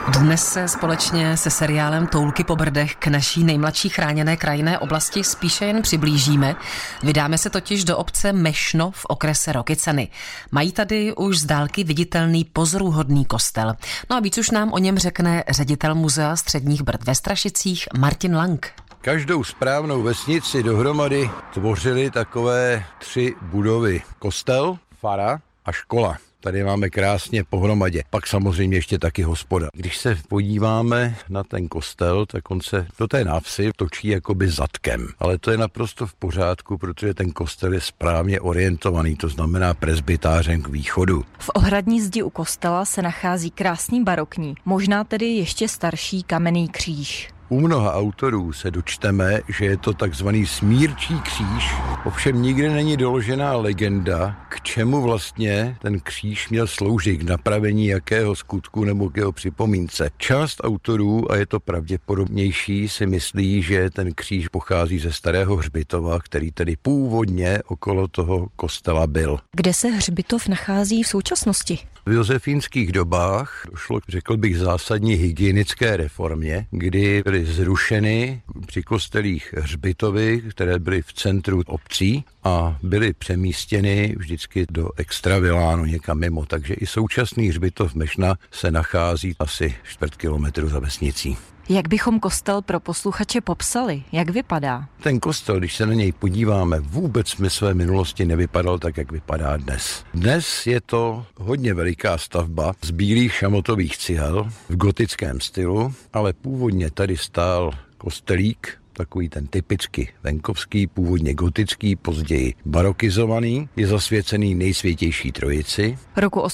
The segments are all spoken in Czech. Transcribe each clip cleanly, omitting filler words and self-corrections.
Dnes se společně se seriálem Toulky po Brdech k naší nejmladší chráněné krajinné oblasti spíše jen přiblížíme. Vydáme se totiž do obce Mešno v okrese Rokycany. Mají tady už z dálky viditelný pozoruhodný kostel. No a víc už nám o něm řekne ředitel Muzea středních Brd ve Strašicích Martin Lang. Každou správnou vesnici dohromady tvořily takové 3 budovy. Kostel, fara a škola. Tady máme krásně pohromadě. Pak samozřejmě ještě taky hospoda. Když se podíváme na ten kostel, tak on se do té návsi točí jakoby zadkem. Ale to je naprosto v pořádku, protože ten kostel je správně orientovaný, to znamená presbytářem k východu. V ohradní zdi u kostela se nachází krásný barokní, možná tedy ještě starší kamenný kříž. U mnoha autorů se dočteme, že je to takzvaný smírčí kříž, ovšem nikde není doložená legenda, k čemu vlastně ten kříž měl sloužit, k napravení jakého skutku nebo k jeho připomínce. Část autorů, a je to pravděpodobnější, si myslí, že ten kříž pochází ze starého hřbitova, který tedy původně okolo toho kostela byl. Kde se hřbitov nachází v současnosti? V josefínských dobách došlo, řekl bych, zásadní hygienické reformě, kdy byly zrušeny při kostelích hřbitovy, které byly v centru obcí a byly přemístěny vždycky do extravilánu někam mimo. Takže i současný hřbitov Mešna se nachází asi 4 kilometrů za vesnicí. Jak bychom kostel pro posluchače popsali? Jak vypadá? Ten kostel, když se na něj podíváme, vůbec v své minulosti nevypadal tak, jak vypadá dnes. Dnes je to hodně veliká stavba z bílých šamotových cihel v gotickém stylu, ale původně tady stál kostelík, takový ten typicky venkovský, původně gotický, později barokizovaný, je zasvěcený Nejsvětější Trojici. Roku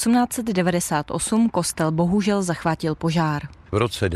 1898 kostel bohužel zachvátil požár. V roce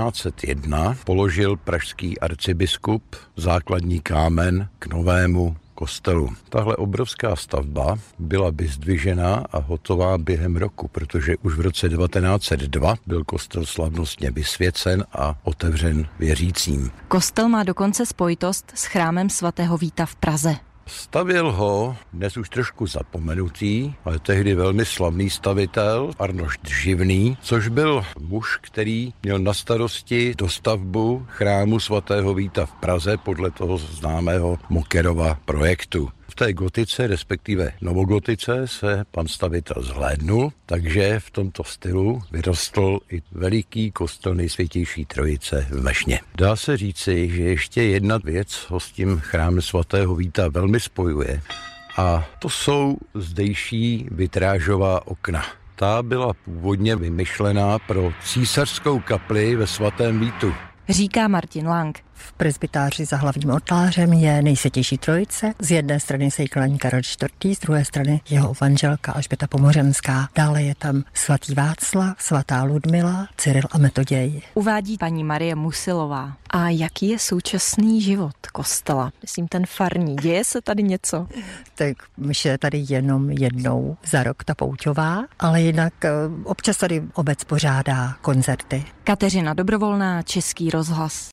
1901 položil pražský arcibiskup základní kámen k novému kostelu. Tahle obrovská stavba byla vyzdvižena a hotová během roku, protože už v roce 1902 byl kostel slavnostně vysvěcen a otevřen věřícím. Kostel má dokonce spojitost s chrámem svatého Víta v Praze. Stavěl ho dnes už trošku zapomenutý, ale tehdy velmi slavný stavitel Arnošt Živný, což byl muž, který měl na starosti dostavbu chrámu svatého Víta v Praze podle toho známého Mokerova projektu. V té gotice, respektive novogotice, se pan stavitel zhlédnul, takže v tomto stylu vyrostl i veliký kostel Nejsvětější Trojice v Mešně. Dá se říci, že ještě jedna věc ho s tím chrámem svatého Víta velmi spojuje, a to jsou zdejší vitrážová okna. Ta byla původně vymyšlená pro císařskou kapli ve svatém Vítu. Říká Martin Lang. V presbytáři za hlavním oltářem je Nejsvětější Trojice. Z jedné strany se jí klaní Karel IV., z druhé strany jeho manželka Alžběta Pomořenská. Dále je tam svatý Václav, svatá Ludmila, Cyril a Metoděj. Uvádí paní Marie Musilová. A jaký je současný život kostela? Myslím, ten farní. Děje se tady něco? Tak myš je tady jenom jednou za rok ta pouťová, ale jinak občas tady obec pořádá koncerty. Kateřina Dobrovolná, Český rozhlas.